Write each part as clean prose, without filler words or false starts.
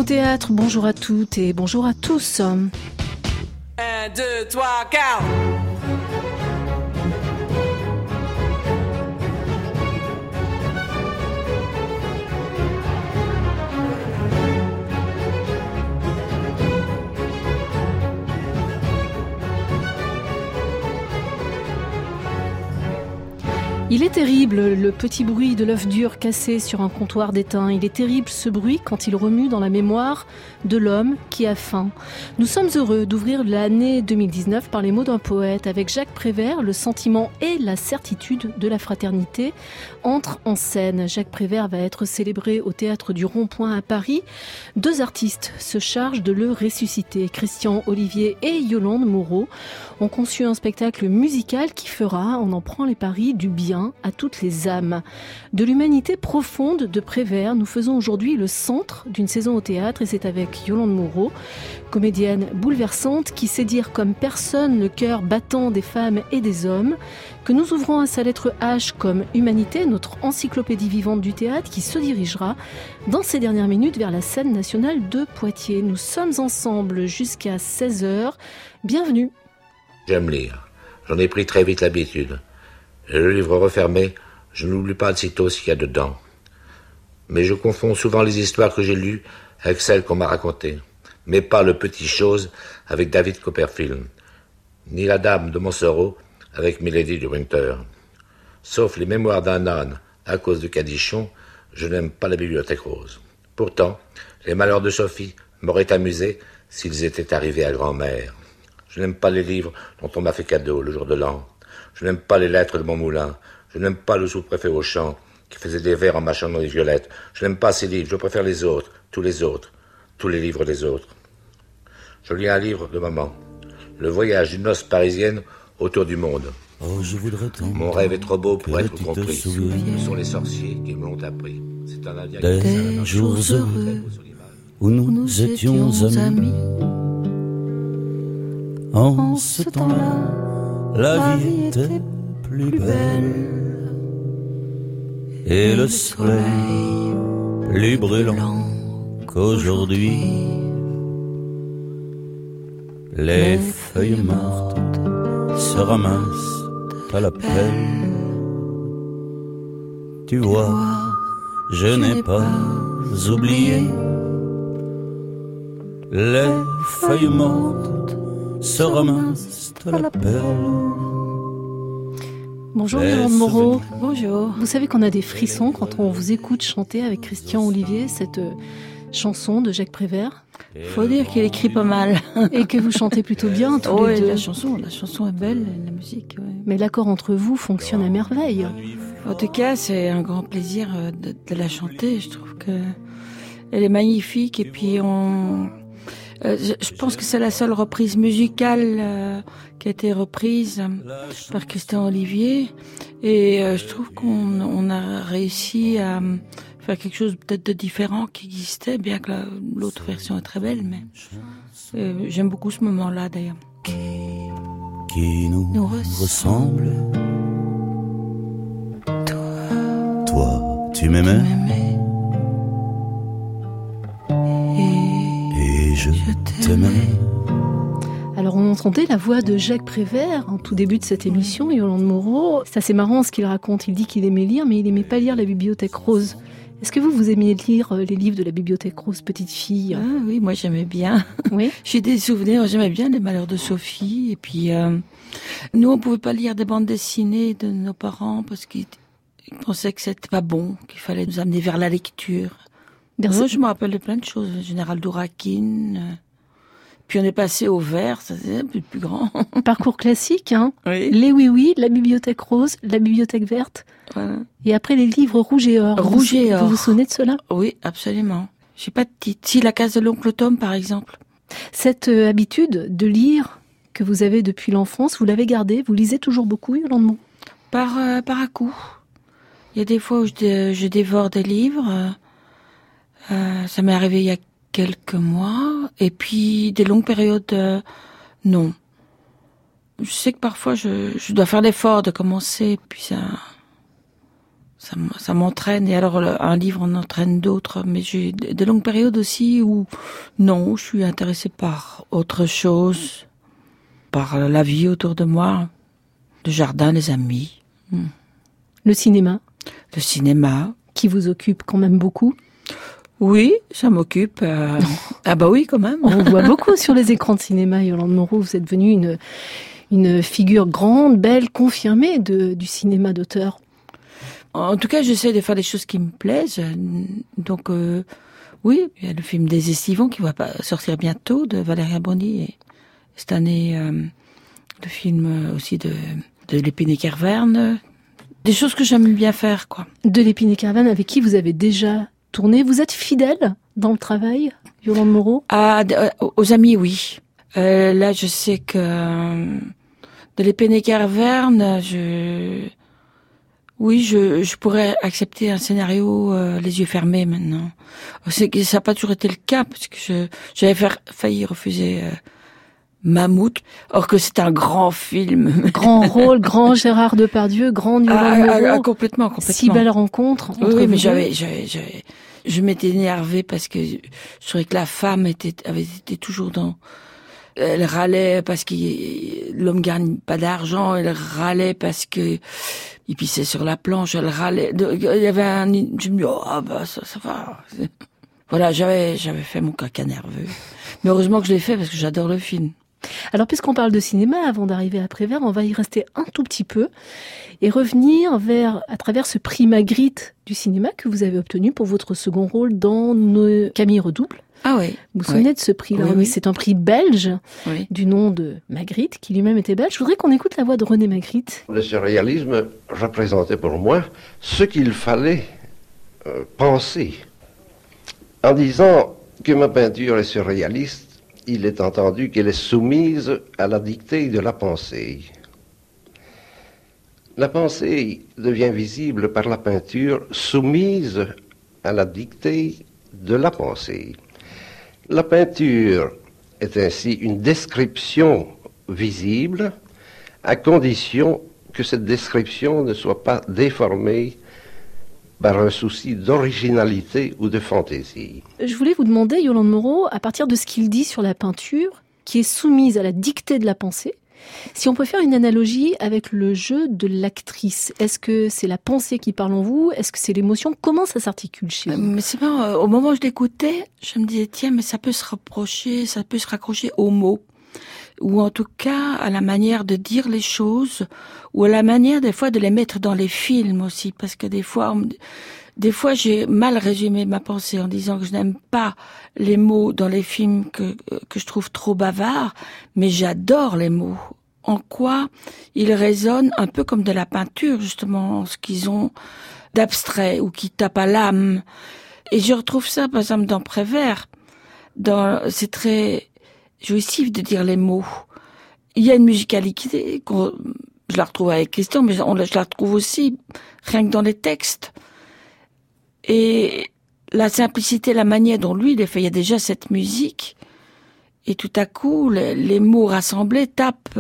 théâtre, bonjour à toutes et bonjour à tous. 1, 2, 3, 4. Il est terrible le petit bruit de l'œuf dur cassé sur un comptoir d'étain. Il est terrible ce bruit quand il remue dans la mémoire de l'homme qui a faim. Nous sommes heureux d'ouvrir l'année 2019 par les mots d'un poète. Avec Jacques Prévert, le sentiment et la certitude de la fraternité entrent en scène. Jacques Prévert va être célébré au Théâtre du Rond-Point à Paris. 2 artistes se chargent de le ressusciter. Christian Olivier et Yolande Moreau ont conçu un spectacle musical qui fera, on en prend les paris, du bien à toutes les âmes. De l'humanité profonde de Prévert, nous faisons aujourd'hui le centre d'une saison au théâtre et c'est avec Yolande Moreau, comédienne bouleversante qui sait dire comme personne le cœur battant des femmes et des hommes, que nous ouvrons à sa lettre H comme Humanité, notre encyclopédie vivante du théâtre qui se dirigera dans ces dernières minutes vers la scène nationale de Poitiers. Nous sommes ensemble jusqu'à 16h. Bienvenue. J'aime lire. J'en ai pris très vite l'habitude. Et le livre refermé, je n'oublie pas de sitôt ce qu'il y a dedans. Mais je confonds souvent les histoires que j'ai lues avec celles qu'on m'a racontées. Mais pas le Petit Chose avec David Copperfield, ni La Dame de Montsoreau avec Milady de Winter. Sauf les Mémoires d'un âne à cause de Cadichon, je n'aime pas la Bibliothèque Rose. Pourtant, les Malheurs de Sophie m'auraient amusé s'ils étaient arrivés à grand-mère. Je n'aime pas les livres dont on m'a fait cadeau le jour de l'an. Je n'aime pas les lettres de mon moulin. Je n'aime pas le sous-préfet Auchan qui faisait des vers en mâchant dans les violettes. Je n'aime pas ces livres. Je préfère les autres, tous les livres des autres. Je lis un livre de maman. Le voyage d'une noce parisienne autour du monde. Oh, je voudrais tant. Mon rêve est trop beau pour être compris. Ce souviens. sont les sorciers qui me l'ont appris. C'est un indien Des jours heureux où nous étions amis. En ce temps-là, la vie était plus belle et le soleil plus brûlant qu'aujourd'hui. Les feuilles mortes se ramassent à la pelle. Tu vois, je n'ai pas oublié. Les feuilles mortes se ramassent à la pelle. Bonjour Yolande Moreau. Bonjour. Vous savez qu'on a des frissons quand on vous écoute chanter avec Christian Olivier cette chanson de Jacques Prévert. Faut dire qu'il écrit pas mal. Et que vous chantez plutôt bien tous les deux. La chanson est belle, la musique. Ouais. Mais l'accord entre vous fonctionne à merveille. En tout cas, c'est un grand plaisir de la chanter. Je trouve que elle est magnifique. Et puis je pense que c'est la seule reprise musicale qui a été reprise par Christian Olivier. Et je trouve qu'on a réussi à faire quelque chose peut-être de différent qui existait, bien que l'autre version est très belle. Mais j'aime beaucoup ce moment-là, d'ailleurs. Qui nous ressemble. Toi, tu m'aimais. Et je t'aimais. Alors on entendait la voix de Jacques Prévert en tout début de cette émission, Yolande Moreau. C'est assez marrant ce qu'il raconte. Il dit qu'il aimait lire, mais il n'aimait pas lire la Bibliothèque Rose. Est-ce que vous aimiez lire les livres de la Bibliothèque Rose, petite fille ? Ah oui, moi j'aimais bien. Oui. J'ai des souvenirs, j'aimais bien les Malheurs de Sophie. Et puis, nous on pouvait pas lire des bandes dessinées de nos parents parce qu'ils pensaient que c'était pas bon, qu'il fallait nous amener vers la lecture. Moi, je me rappelle de plein de choses. Général Dourakine. Puis on est passé au vert, ça c'est un peu plus grand. Parcours classique, hein. Oui. Les oui-oui, la Bibliothèque Rose, la Bibliothèque Verte. Voilà. Et après les livres Rouge et Or. Rouge et Or. Vous vous souvenez de cela ? Oui, absolument. J'ai pas de titre. Si, La case de l'oncle Tom, par exemple. Cette habitude de lire que vous avez depuis l'enfance, vous l'avez gardée ? Vous lisez toujours beaucoup, Yolande Moreau ? Par à-coup. Il y a des fois où je dévore des livres. Ça m'est arrivé il y a quelques mois. Et puis, des longues périodes, non. Je sais que parfois, je dois faire l'effort de commencer. Puis ça Ça m'entraîne. Et alors, un livre en entraîne d'autres. Mais j'ai des longues périodes aussi où, non, je suis intéressée par autre chose. Par la vie autour de moi. Le jardin, les amis. Le cinéma? Le cinéma. Qui vous occupe quand même beaucoup? Oui, ça m'occupe. Ah bah oui, quand même. On voit beaucoup sur les écrans de cinéma, Yolande Moreau. Vous êtes devenue une figure grande, belle, confirmée du cinéma d'auteur. En tout cas, j'essaie de faire des choses qui me plaisent. Donc, oui, il y a le film des Estivants qui va sortir bientôt, de Valéria Bonny. Et cette année, le film aussi de Lépine et Kerverne. Des choses que j'aime bien faire, quoi. De Lépine et Kerverne, avec qui vous avez déjà tourné. Vous êtes fidèle dans le travail, Yolande Moreau? Aux amis, oui. Là, je sais que de Lépine et Kerverne, je pourrais accepter un scénario les yeux fermés maintenant. Ça n'a pas toujours été le cas, parce que j'avais failli refuser Mammouth, or que c'est un grand film. Grand rôle, grand Gérard Depardieu, grand Yolande Moreau. Complètement. Si belle rencontre entre vous. Mais je m'étais énervée parce que je trouvais que la femme avait été toujours elle râlait parce que l'homme gagne pas d'argent, elle râlait parce que il pissait sur la planche, elle râlait. Il y avait je me dis, ça va. Voilà, j'avais fait mon caca nerveux. Mais heureusement que je l'ai fait parce que j'adore le film. Alors, puisqu'on parle de cinéma, avant d'arriver à Prévert, on va y rester un tout petit peu et revenir à travers ce prix Magritte du cinéma que vous avez obtenu pour votre second rôle dans Camille Redouble. Ah oui. Vous vous souvenez de ce prix-là? Oui. C'est un prix belge du nom de Magritte, qui lui-même était belge. Je voudrais qu'on écoute la voix de René Magritte. Le surréalisme représentait pour moi ce qu'il fallait penser. En disant que ma peinture est surréaliste, il est entendu qu'elle est soumise à la dictée de la pensée. La pensée devient visible par la peinture soumise à la dictée de la pensée. La peinture est ainsi une description visible à condition que cette description ne soit pas déformée par un souci d'originalité ou de fantaisie. Je voulais vous demander, Yolande Moreau, à partir de ce qu'il dit sur la peinture, qui est soumise à la dictée de la pensée, si on peut faire une analogie avec le jeu de l'actrice. Est-ce que c'est la pensée qui parle en vous? Est-ce que c'est l'émotion? Comment ça s'articule chez vous? Mais c'est pas, au moment où je l'écoutais, je me disais, tiens, mais ça peut se raccrocher aux mots. Ou en tout cas à la manière de dire les choses, ou à la manière des fois de les mettre dans les films aussi, parce que des fois j'ai mal résumé ma pensée en disant que je n'aime pas les mots dans les films que je trouve trop bavards, mais j'adore les mots. En quoi ils résonnent un peu comme de la peinture, justement, ce qu'ils ont d'abstrait ou qui tape à l'âme. Et je retrouve ça, par exemple, dans Prévert. C'est très jouissif de dire les mots. Il y a une musicalité, je la retrouve avec Christian, mais je la retrouve aussi rien que dans les textes. Et la simplicité, la manière dont lui il est fait, il y a déjà cette musique, et tout à coup, les mots rassemblés tapent,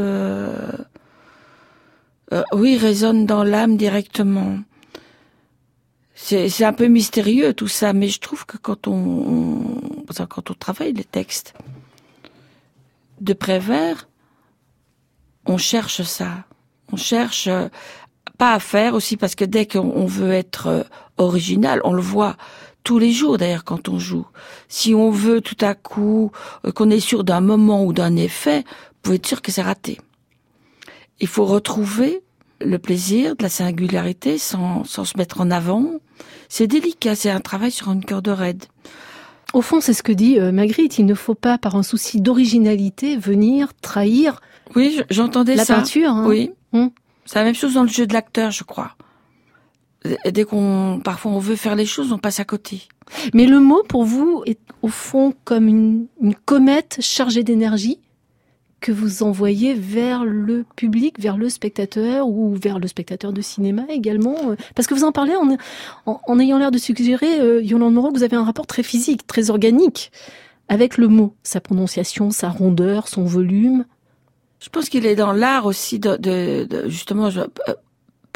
résonnent dans l'âme directement. C'est un peu mystérieux tout ça, mais je trouve que quand on travaille les textes de Prévert, on cherche ça. On cherche pas à faire aussi, parce que dès qu'on veut être original, on le voit tous les jours d'ailleurs quand on joue. Si on veut tout à coup qu'on est sûr d'un moment ou d'un effet, vous pouvez être sûr que c'est raté. Il faut retrouver le plaisir de la singularité sans se mettre en avant. C'est délicat, c'est un travail sur une corde raide. Au fond, c'est ce que dit Magritte. Il ne faut pas, par un souci d'originalité, venir trahir j'entendais la ça. peinture. Hein. Oui. C'est la même chose dans le jeu de l'acteur, je crois. Dès parfois on veut faire les choses, on passe à côté. Mais le mot, pour vous, est au fond comme une comète chargée d'énergie que vous envoyez vers le public, vers le spectateur, ou vers le spectateur de cinéma également. Parce que vous en parlez en ayant l'air de suggérer, Yolande Moreau, que vous avez un rapport très physique, très organique avec le mot, sa prononciation, sa rondeur, son volume. Je pense qu'il est dans l'art aussi de justement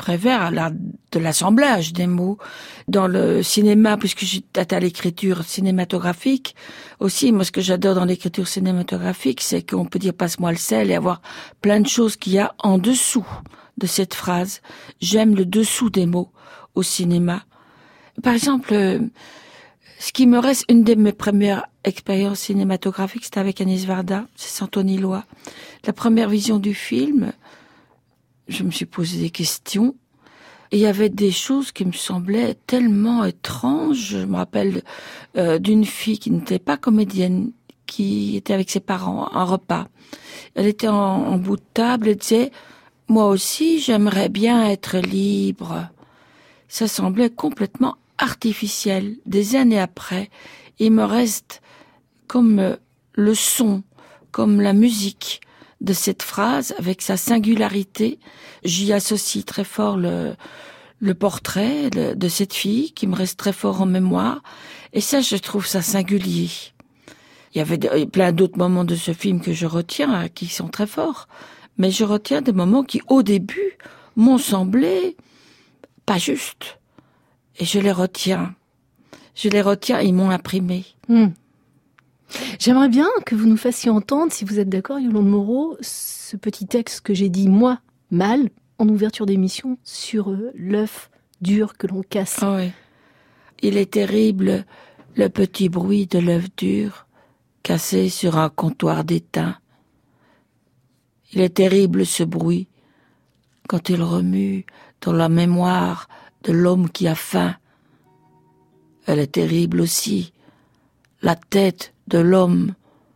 Prévert, l'art de l'assemblage des mots. Dans le cinéma, puisque j'étais à l'écriture cinématographique, aussi, moi, ce que j'adore dans l'écriture cinématographique, c'est qu'on peut dire passe-moi le sel et avoir plein de choses qu'il y a en dessous de cette phrase. J'aime le dessous des mots au cinéma. Par exemple, ce qui me reste, une de mes premières expériences cinématographiques, c'était avec Agnès Varda, c'est Santoni Loire. La première vision du film, je me suis posé des questions. Et il y avait des choses qui me semblaient tellement étranges. Je me rappelle d'une fille qui n'était pas comédienne, qui était avec ses parents à un repas. Elle était en bout de table et disait « Moi aussi, j'aimerais bien être libre ». Ça semblait complètement artificiel. Des années après, il me reste comme le son, comme la musique de cette phrase, avec sa singularité. J'y associe très fort le portrait de cette fille, qui me reste très fort en mémoire. Et ça, je trouve ça singulier. Il y avait plein d'autres moments de ce film que je retiens, qui sont très forts. Mais je retiens des moments qui, au début, m'ont semblé pas justes. Et je les retiens. Ils m'ont imprimé. J'aimerais bien que vous nous fassiez entendre, si vous êtes d'accord, Yolande Moreau, ce petit texte que j'ai dit, moi, mal, en ouverture d'émission, sur l'œuf dur que l'on casse. Ah oui. Il est terrible, le petit bruit de l'œuf dur, cassé sur un comptoir d'étain. Il est terrible ce bruit, quand il remue dans la mémoire de l'homme qui a faim. Elle est terrible aussi, la tête de l'homme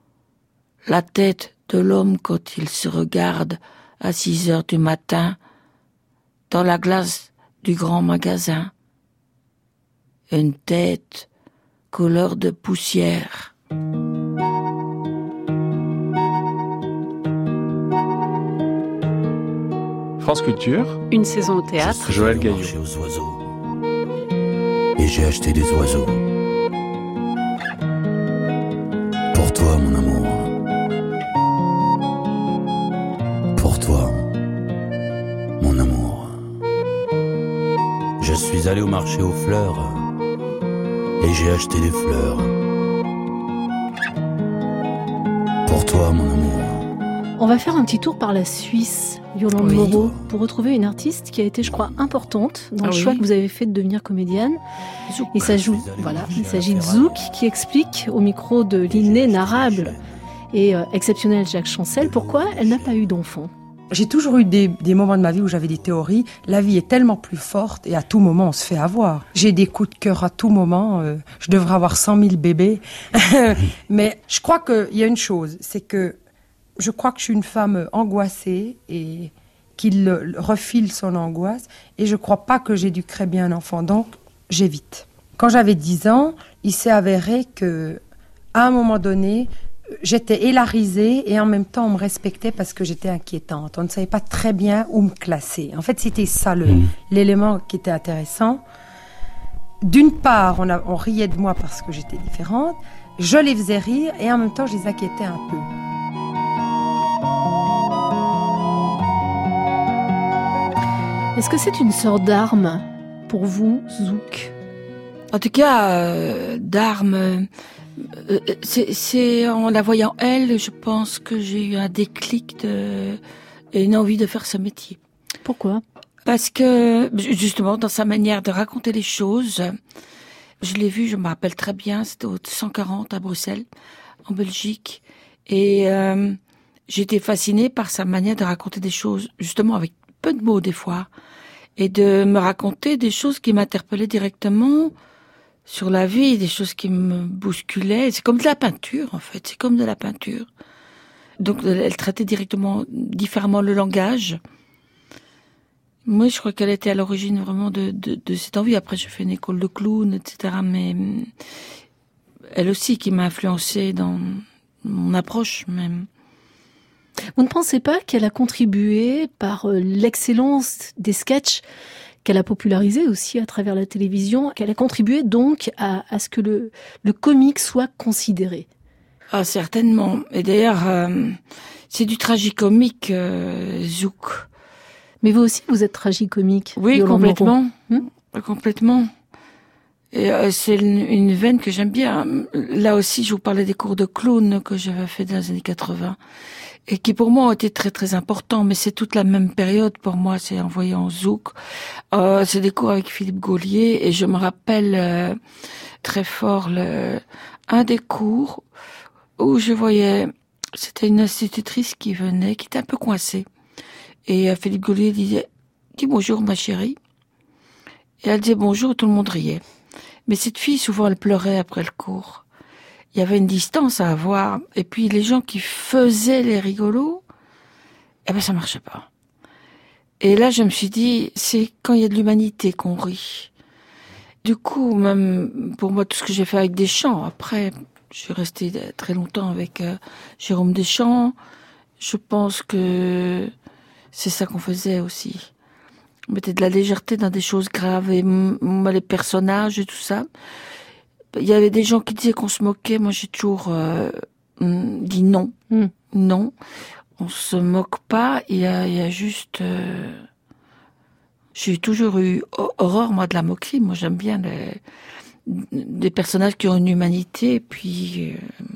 quand il se regarde à 6 heures du matin dans la glace du grand magasin. Une tête couleur de poussière. France Culture. Une saison au théâtre. Joël Gaillot. Aux oiseaux. Et j'ai acheté des oiseaux. Pour toi, mon amour. Pour toi, mon amour. Je suis allé au marché aux fleurs. Et j'ai acheté des fleurs. Pour toi, mon amour. On va faire un petit tour par la Suisse, Yolande Moreau, pour retrouver une artiste qui a été, je crois, importante dans le choix que vous avez fait de devenir comédienne. Il s'agit de Zouk, qui explique au micro de l'inénarrable et exceptionnel Jacques Chancel pourquoi elle n'a pas eu d'enfant. J'ai toujours eu des moments de ma vie où j'avais des théories. La vie est tellement plus forte et à tout moment on se fait avoir. J'ai des coups de cœur à tout moment. Je devrais avoir 100 000 bébés. Mais je crois qu'il y a une chose, c'est que je crois que je suis une femme angoissée et qui refile son angoisse. Et je crois pas que j'éduquerai bien un enfant, donc j'évite. Quand j'avais 10 ans, il s'est avéré que, à un moment donné, j'étais hilarisée et en même temps on me respectait parce que j'étais inquiétante. On ne savait pas très bien où me classer. En fait, c'était ça l'élément qui était intéressant. D'une part, on riait de moi parce que j'étais différente. Je les faisais rire et en même temps, je les inquiétais un peu. Est-ce que c'est une sorte d'arme pour vous, Zouk ? En tout cas, d'arme, c'est en la voyant elle, je pense que j'ai eu un déclic et une envie de faire ce métier. Pourquoi ? Parce que, justement, dans sa manière de raconter les choses, je l'ai vue, je me rappelle très bien, c'était au 140 à Bruxelles, en Belgique, et j'étais fascinée par sa manière de raconter des choses, justement avec peu de mots des fois, et de me raconter des choses qui m'interpellaient directement sur la vie, des choses qui me bousculaient. C'est comme de la peinture, en fait, c'est comme de la peinture. Donc elle traitait différemment le langage. Moi, je crois qu'elle était à l'origine vraiment de cette envie. Après, j'ai fait une école de clown, etc. Mais elle aussi qui m'a influencée dans mon approche même. Vous ne pensez pas qu'elle a contribué par l'excellence des sketchs qu'elle a popularisé aussi à travers la télévision, qu'elle a contribué donc à ce que le comique soit considéré? Ah, certainement. Et d'ailleurs, c'est du tragicomique, Zouk. Mais vous aussi, vous êtes tragicomique. Oui, Yolande complètement. Moreau. Complètement. Et c'est une veine que j'aime bien. Là aussi, je vous parlais des cours de clown que j'avais fait dans les années 80 et qui pour moi ont été très très importants. Mais c'est toute la même période pour moi. C'est en voyant Zouk. C'est des cours avec Philippe Gaulier et je me rappelle très fort un des cours où je voyais, c'était une institutrice qui venait, qui était un peu coincée. Et Philippe Gaulier disait « Dis bonjour ma chérie ». Et elle disait bonjour, tout le monde riait. Mais cette fille, souvent, elle pleurait après le cours. Il y avait une distance à avoir. Et puis, les gens qui faisaient les rigolos, eh ben, ça marchait pas. Et là, je me suis dit, c'est quand il y a de l'humanité qu'on rit. Du coup, même pour moi, tout ce que j'ai fait avec Deschamps, après, je suis restée très longtemps avec Jérôme Deschamps. Je pense que c'est ça qu'on faisait aussi. On mettait de la légèreté dans des choses graves et les personnages et tout ça. Il y avait des gens qui disaient qu'on se moquait. Moi, j'ai toujours dit non. Non, on se moque pas. Il y a juste... J'ai toujours eu horreur, moi, de la moquerie. Moi, j'aime bien des personnages qui ont une humanité. Et puis...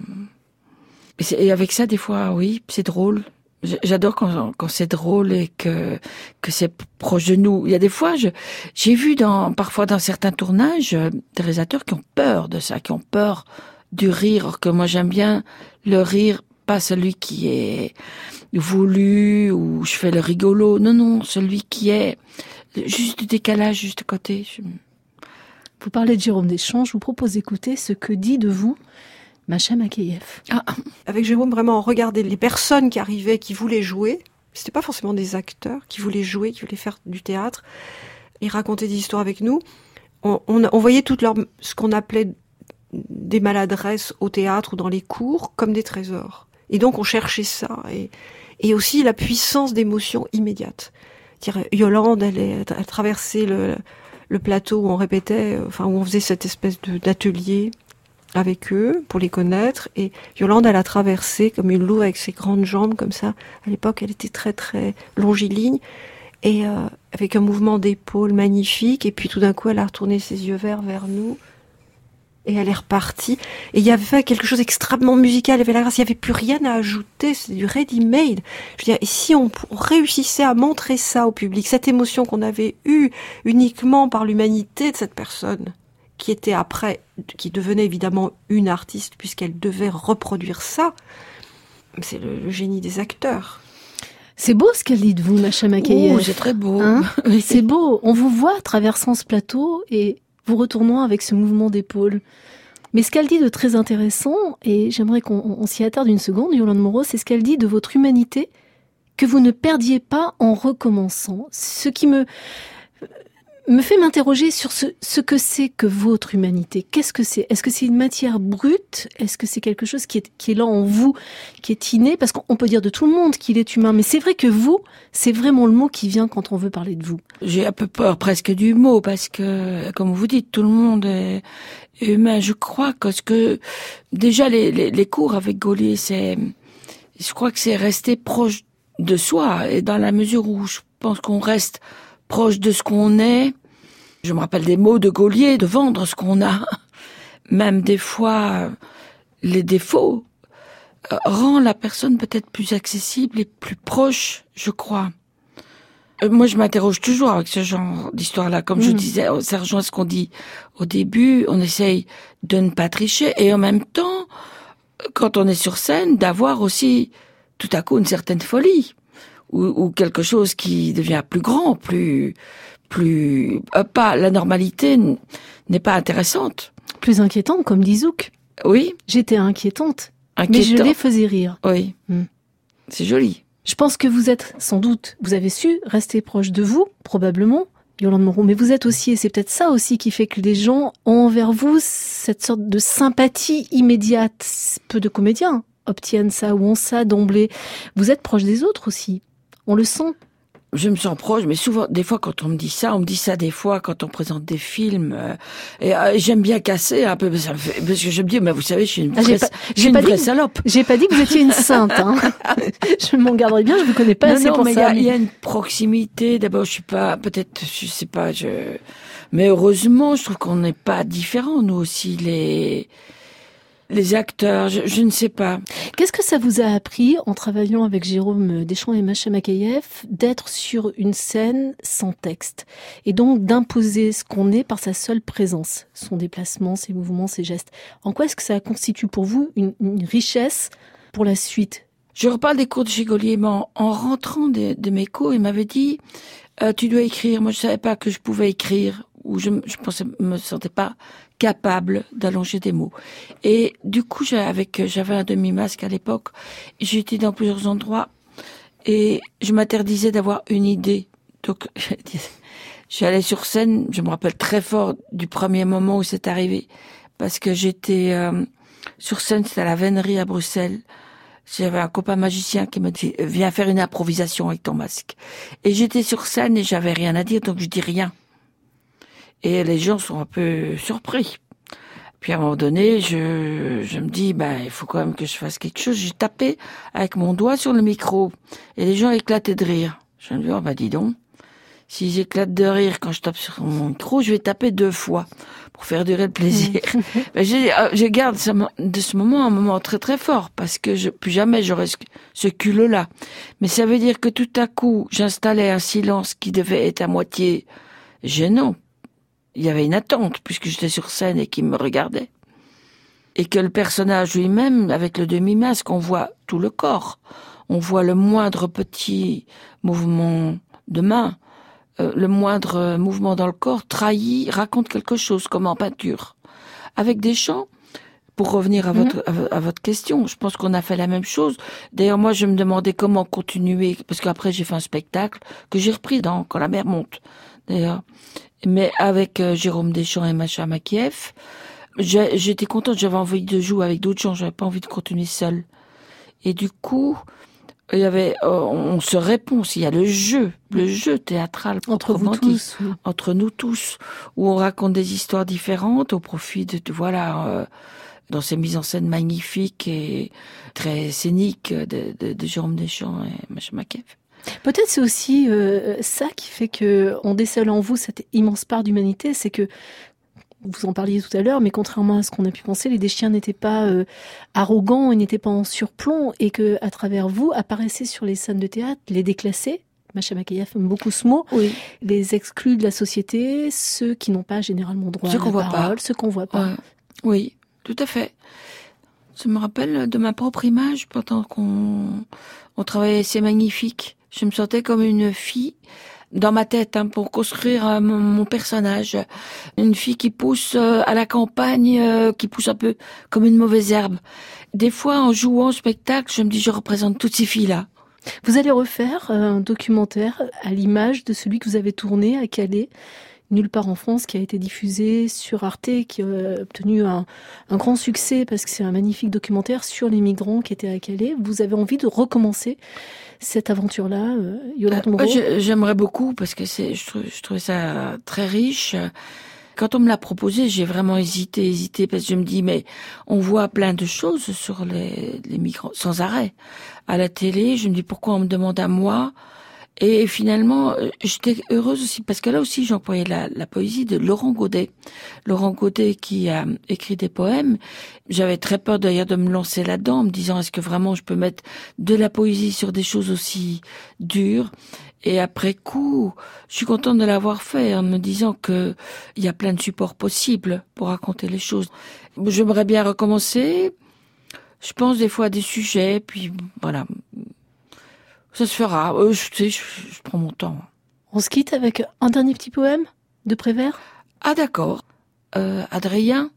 et avec ça, des fois, oui, c'est drôle. J'adore quand c'est drôle et que c'est proche de nous. Il y a des fois, j'ai vu parfois dans certains tournages des réalisateurs qui ont peur de ça, qui ont peur du rire. Alors que moi, j'aime bien le rire, pas celui qui est voulu ou je fais le rigolo. Non, celui qui est juste du décalage, juste à côté. Vous parlez de Jérôme Deschamps, je vous propose d'écouter ce que dit de vous Macha Makеев. Avec Jérôme, vraiment, on regardait les personnes qui arrivaient, qui voulaient jouer. C'était pas forcément des acteurs qui voulaient jouer, qui voulaient faire du théâtre. Ils racontaient des histoires avec nous. On voyait ce qu'on appelait des maladresses au théâtre ou dans les cours comme des trésors. Et donc, on cherchait ça. Et aussi la puissance d'émotion immédiate. Yolande, elle traversait le plateau où on répétait, où on faisait cette espèce d'atelier avec eux, pour les connaître, et Yolande, elle a traversé comme une louve avec ses grandes jambes, comme ça. À l'époque, elle était très très longiligne, et avec un mouvement d'épaule magnifique, et puis tout d'un coup, elle a retourné ses yeux verts vers nous, et elle est repartie. Et il y avait quelque chose d'extrêmement musical, il y avait la grâce, il n'y avait plus rien à ajouter, c'est du ready-made. Je veux dire, et si on réussissait à montrer ça au public, cette émotion qu'on avait eue uniquement par l'humanité de cette personne, qui était après, qui devenait évidemment une artiste puisqu'elle devait reproduire ça. C'est le génie des acteurs. C'est beau ce qu'elle dit de vous, Macha Makеев. Oh, c'est très beau. Hein c'est beau. On vous voit traversant ce plateau et vous retournant avec ce mouvement d'épaule. Mais ce qu'elle dit de très intéressant, et j'aimerais qu'on s'y attarde une seconde, Yolande Moreau, c'est ce qu'elle dit de votre humanité que vous ne perdiez pas en recommençant. Ce qui me fait m'interroger sur ce que c'est que votre humanité. Qu'est-ce que c'est ? Est-ce que c'est une matière brute ? Est-ce que c'est quelque chose qui est là en vous, qui est inné ? Parce qu'on peut dire de tout le monde qu'il est humain, mais c'est vrai que vous, c'est vraiment le mot qui vient quand on veut parler de vous. J'ai un peu peur presque du mot, parce que, comme vous dites, tout le monde est humain. Je crois que déjà les cours avec Gaulier, je crois que c'est rester proche de soi, et dans la mesure où je pense qu'on reste proche de ce qu'on est. Je me rappelle des mots de Gaulier, de vendre ce qu'on a. Même des fois, les défauts rend la personne peut-être plus accessible et plus proche, je crois. Moi, je m'interroge toujours avec ce genre d'histoire-là. Comme je disais, ça rejoint ce qu'on dit au début. On essaye de ne pas tricher et en même temps, quand on est sur scène, d'avoir aussi tout à coup une certaine folie ou quelque chose qui devient plus grand, plus pas la normalité n'est pas intéressante. Plus inquiétante, comme dit Zouk. Oui. J'étais inquiétante, mais je les faisais rire. Oui. C'est joli. Je pense que vous êtes, sans doute, vous avez su rester proche de vous, probablement, Yolande Moreau, mais vous êtes aussi, et c'est peut-être ça aussi qui fait que les gens ont envers vous cette sorte de sympathie immédiate. Peu de comédiens obtiennent ça ou ont ça d'emblée. Vous êtes proche des autres aussi. On le sent. Je me sens proche, mais souvent, des fois, quand on me dit ça des fois quand on présente des films. J'aime bien casser un peu, parce que je me dis, mais vous savez, je suis une vraie salope. J'ai pas dit que vous étiez une sainte. Hein. Je m'en garderai bien. Je vous connais pas assez pour ça. Il y a une proximité. D'abord, je sais pas. Mais heureusement, je trouve qu'on n'est pas différents, nous aussi, les acteurs, je ne sais pas. Qu'est-ce que ça vous a appris en travaillant avec Jérôme Deschamps et Macha Makayev d'être sur une scène sans texte et donc d'imposer ce qu'on est par sa seule présence, son déplacement, ses mouvements, ses gestes? En quoi est-ce que ça constitue pour vous une richesse pour la suite? Je reparle des cours de Gigolier, mais en rentrant de mes cours, il m'avait dit tu dois écrire. Moi, je savais pas que je pouvais écrire, ou je me sentais pas capable d'allonger des mots. Et du coup, j'avais un demi-masque à l'époque, j'étais dans plusieurs endroits, et je m'interdisais d'avoir une idée. Donc, j'allais sur scène, je me rappelle très fort du premier moment où c'est arrivé, parce que j'étais sur scène, c'était à la Vénerie à Bruxelles. J'avais un copain magicien qui me dit, viens faire une improvisation avec ton masque. Et j'étais sur scène et j'avais rien à dire, donc je dis rien. Et les gens sont un peu surpris. Puis à un moment donné, je me dis, il faut quand même que je fasse quelque chose. J'ai tapé avec mon doigt sur le micro. Et les gens éclataient de rire. Je me dis, dis donc, si j'éclate de rire quand je tape sur mon micro, je vais taper 2 fois pour faire durer le plaisir. Je garde de ce moment un moment très très fort, parce que plus jamais j'aurai ce culot-là. Mais ça veut dire que tout à coup, j'installais un silence qui devait être à moitié gênant. Il y avait une attente, puisque j'étais sur scène et qu'il me regardait. Et que le personnage lui-même, avec le demi-masque, on voit tout le corps. On voit le moindre petit mouvement de main, le moindre mouvement dans le corps raconte quelque chose, comme en peinture. Avec Deschamps, pour revenir à votre question, je pense qu'on a fait la même chose. D'ailleurs, moi, je me demandais comment continuer, parce qu'après, j'ai fait un spectacle que j'ai repris Quand la mer monte, d'ailleurs. Mais avec Jérôme Deschamps et Macha Makayev, j'étais contente, j'avais envie de jouer avec d'autres gens, j'avais pas envie de continuer seule. Et du coup, il y avait, on se répond, il y a le jeu théâtral entre nous tous, où on raconte des histoires différentes au profit dans ces mises en scène magnifiques et très scéniques de Jérôme Deschamps et Macha Makayev. Peut-être c'est aussi ça qui fait que on décèle en vous cette immense part d'humanité, c'est que vous en parliez tout à l'heure, mais contrairement à ce qu'on a pu penser, les Deschiens n'étaient pas arrogants, ils n'étaient pas en surplomb, et que à travers vous apparaissaient sur les scènes de théâtre les déclassés. Macha Makayev aime beaucoup ce mot. Oui. Les exclus de la société, ceux qui n'ont pas généralement droit à la parole, ceux qu'on voit pas. Ouais. Oui, tout à fait. Je me rappelle de ma propre image pendant qu'on travaillait. C'est magnifique. Je me sentais comme une fille dans ma tête pour construire mon personnage. Une fille qui pousse à la campagne, qui pousse un peu comme une mauvaise herbe. Des fois, en jouant au spectacle, je me dis, je représente toutes ces filles-là. Vous allez refaire un documentaire à l'image de celui que vous avez tourné à Calais, Nulle part en France, qui a été diffusé sur Arte, qui a obtenu un grand succès parce que c'est un magnifique documentaire sur les migrants qui étaient à Calais. Vous avez envie de recommencer cette aventure-là, Yolande Moreau? J'aimerais beaucoup parce que je trouvais ça très riche. Quand on me l'a proposé, j'ai vraiment hésité parce que je me dis, mais on voit plein de choses sur les migrants sans arrêt. À la télé, je me dis, pourquoi on me demande à moi? Et finalement, j'étais heureuse aussi, parce que là aussi, j'employais la poésie de Laurent Godet. Laurent Godet qui a écrit des poèmes. J'avais très peur d'ailleurs de me lancer là-dedans, en me disant, est-ce que vraiment je peux mettre de la poésie sur des choses aussi dures? Et après coup, je suis contente de l'avoir fait, en me disant que il y a plein de supports possibles pour raconter les choses. J'aimerais bien recommencer. Je pense des fois à des sujets, puis voilà. Ça se fera. Je prends mon temps. On se quitte avec un dernier petit poème de Prévert. Ah d'accord. Adrien,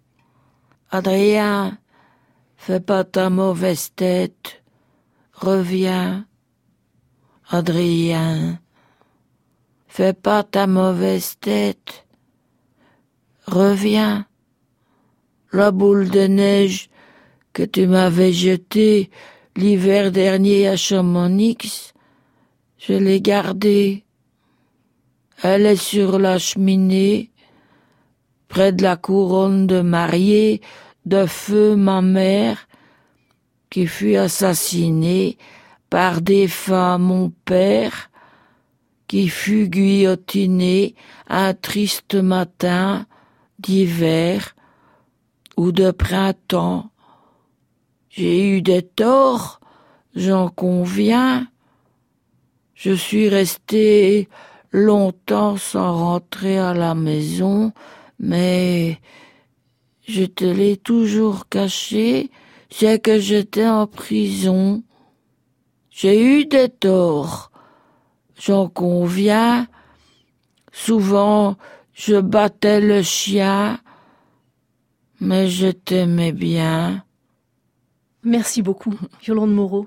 fais pas ta mauvaise tête. Reviens. Adrien, fais pas ta mauvaise tête. Reviens. La boule de neige que tu m'avais jetée l'hiver dernier à Chamonix, Je l'ai gardée. Elle est sur la cheminée, près de la couronne de mariée de feu ma mère, qui fut assassinée par défunt mon père, qui fut guillotiné un triste matin d'hiver ou de printemps. J'ai eu des torts, j'en conviens. Je suis resté longtemps sans rentrer à la maison, mais je te l'ai toujours caché, c'est que j'étais en prison. J'ai eu des torts, j'en conviens. Souvent, je battais le chien, mais je t'aimais bien. Merci beaucoup, Yolande Moreau.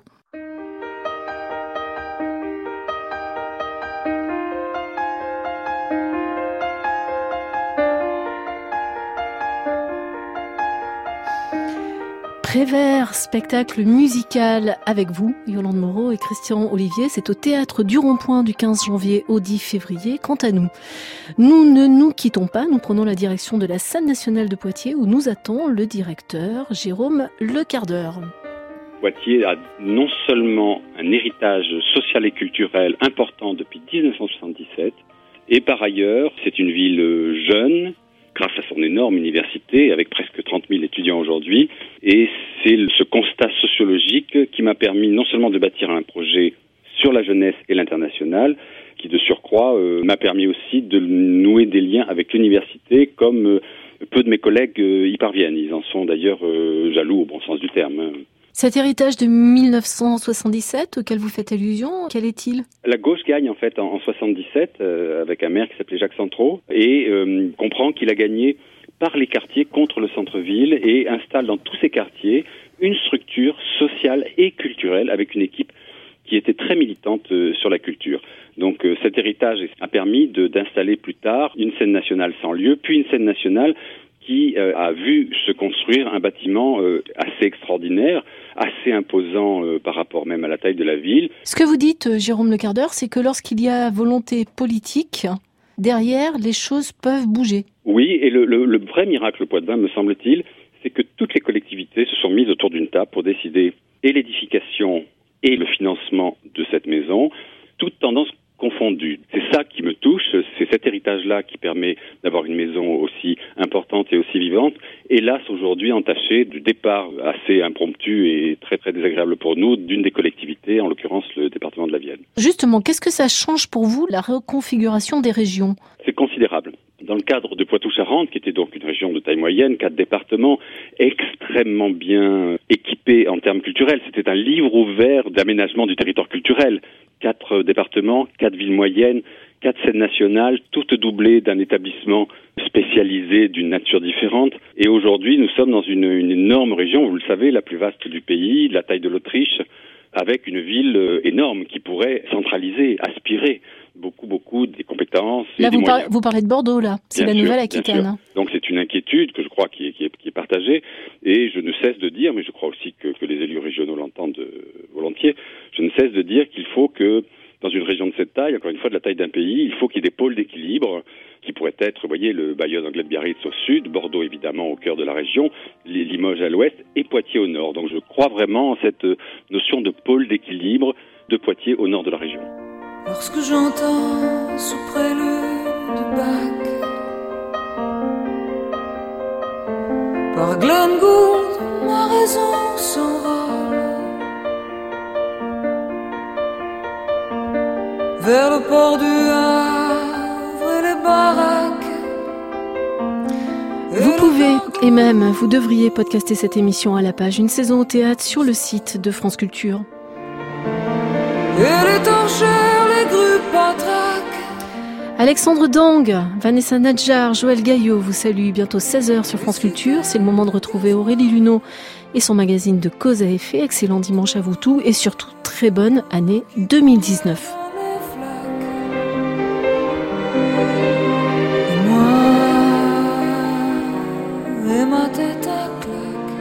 Prévert, spectacle musical avec vous, Yolande Moreau et Christian Olivier. C'est au Théâtre du Rond-Point du 15 janvier au 10 février. Quant à nous, nous ne nous quittons pas. Nous prenons la direction de la Scène nationale de Poitiers où nous attend le directeur Jérôme Lecardeur. Poitiers a non seulement un héritage social et culturel important depuis 1977, et par ailleurs, c'est une ville jeune, grâce à son énorme université, avec presque 30 000 étudiants aujourd'hui. Et c'est ce constat sociologique qui m'a permis non seulement de bâtir un projet sur la jeunesse et l'international, qui de surcroît m'a permis aussi de nouer des liens avec l'université, comme peu de mes collègues y parviennent. Ils en sont d'ailleurs jaloux au bon sens du terme. Cet héritage de 1977 auquel vous faites allusion, quel est-il ? La gauche gagne en fait en 77 avec un maire qui s'appelait Jacques Centraux et comprend qu'il a gagné par les quartiers contre le centre-ville et installe dans tous ces quartiers une structure sociale et culturelle avec une équipe qui était très militante sur la culture. Donc cet héritage a permis d'installer plus tard une scène nationale sans lieu, puis une scène nationale qui a vu se construire un bâtiment assez extraordinaire, assez imposant par rapport même à la taille de la ville. Ce que vous dites, Jérôme Lecardeur, c'est que lorsqu'il y a volonté politique, derrière, les choses peuvent bouger. Oui, et le vrai miracle Poitevin, me semble-t-il, c'est que toutes les collectivités se sont mises autour d'une table pour décider et l'édification et le financement de cette maison, toutes tendances confondues. C'est ça qui me touche, c'est cet héritage-là qui permet d'avoir une maison aussi importante et aussi vivante. Hélas, aujourd'hui, entaché du départ assez impromptu et très très désagréable pour nous d'une des collectivités, en l'occurrence le département de la Vienne. Justement, qu'est-ce que ça change pour vous, la reconfiguration des régions ? C'est considérable. Dans le cadre de Poitou-Charentes, qui était donc une région de taille moyenne, 4 départements extrêmement bien équipés en termes culturels, c'était un livre ouvert d'aménagement du territoire culturel. 4 départements, 4 villes moyennes, 4 scènes nationales, toutes doublées d'un établissement spécialisé d'une nature différente. Et aujourd'hui, nous sommes dans une énorme région, vous le savez, la plus vaste du pays, de la taille de l'Autriche, avec une ville énorme qui pourrait centraliser, aspirer beaucoup des compétences. Là, vous parlez de Bordeaux, là. C'est bien la Nouvelle-Aquitaine. Donc c'est une inquiétude que je crois qui est partagée. Et je ne cesse de dire, mais je crois aussi que les élus régionaux l'entendent volontiers, je ne cesse de dire qu'il faut que, dans une région de cette taille, encore une fois de la taille d'un pays, il faut qu'il y ait des pôles d'équilibre qui pourraient être, vous voyez, le Bayeux Anglais de Biarritz au sud, Bordeaux évidemment au cœur de la région, Limoges à l'ouest et Poitiers au nord. Donc je crois vraiment en cette notion de pôle d'équilibre de Poitiers au nord de la région. Lorsque j'entends sous prélude de Bach, par Glenn Gould, ma raison s'envole vers le port du Havre et les baraques. Vous pouvez, et même vous devriez podcaster cette émission à la page Une saison au théâtre sur le site de France Culture. Et les torchères, les grues patraques. Alexandre Dang, Vanessa Nadjar, Joël Gaillot vous saluent. Bientôt 16h sur France Culture. C'est le moment de retrouver Aurélie Luneau et son magazine de Cause à effet. Excellent dimanche à vous tous et surtout très bonne année 2019. Et moi, et ma tête à claque.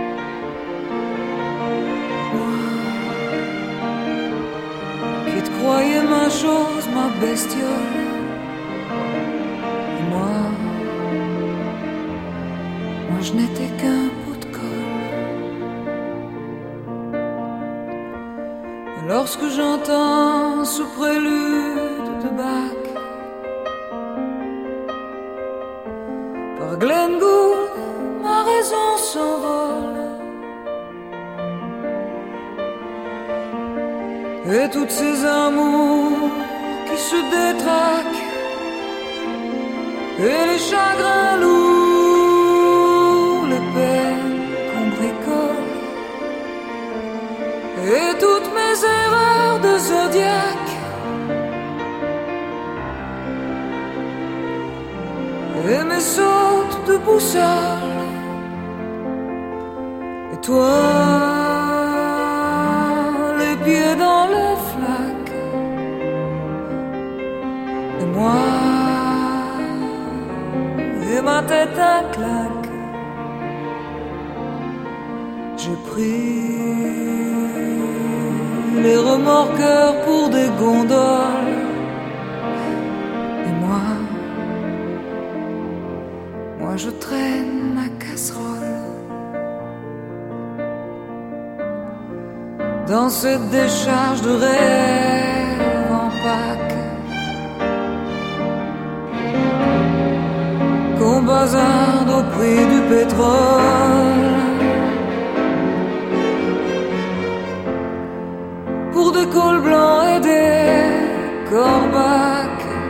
Moi, qui te crois bestioles. Et moi, je n'étais qu'un pot de colle. Et lorsque j'entends ce prélude de Bach par Glenn Gould, ma raison s'envole. Et toutes ces amours qui se détraquent, et les chagrins lourds, les peines qu'on bricole, et toutes mes erreurs de zodiaque, et mes sautes de boussole. Et toi, les pieds dans les flaques, et moi, et ma tête à claque. J'ai pris les remorqueurs pour des gondoles. Et moi, je traîne ma casserole dans cette décharge de rêve en Pâques qu'on bazarde au prix du pétrole pour des cols blancs et des corbacs.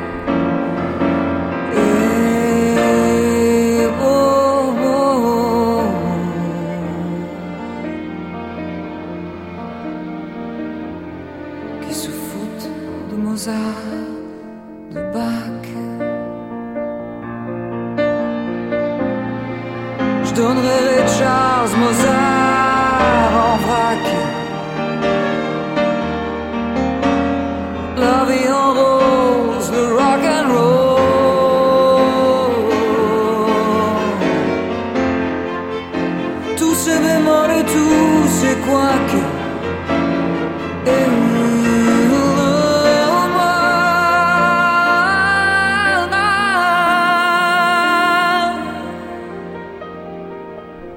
De Bach, je donnerai les Charles Mozart en vrac, la vie en rose, le rock and roll, tous ces bémols et tous ces couacs.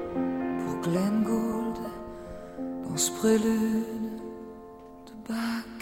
Glenn Gould dans ce prélude de Bach.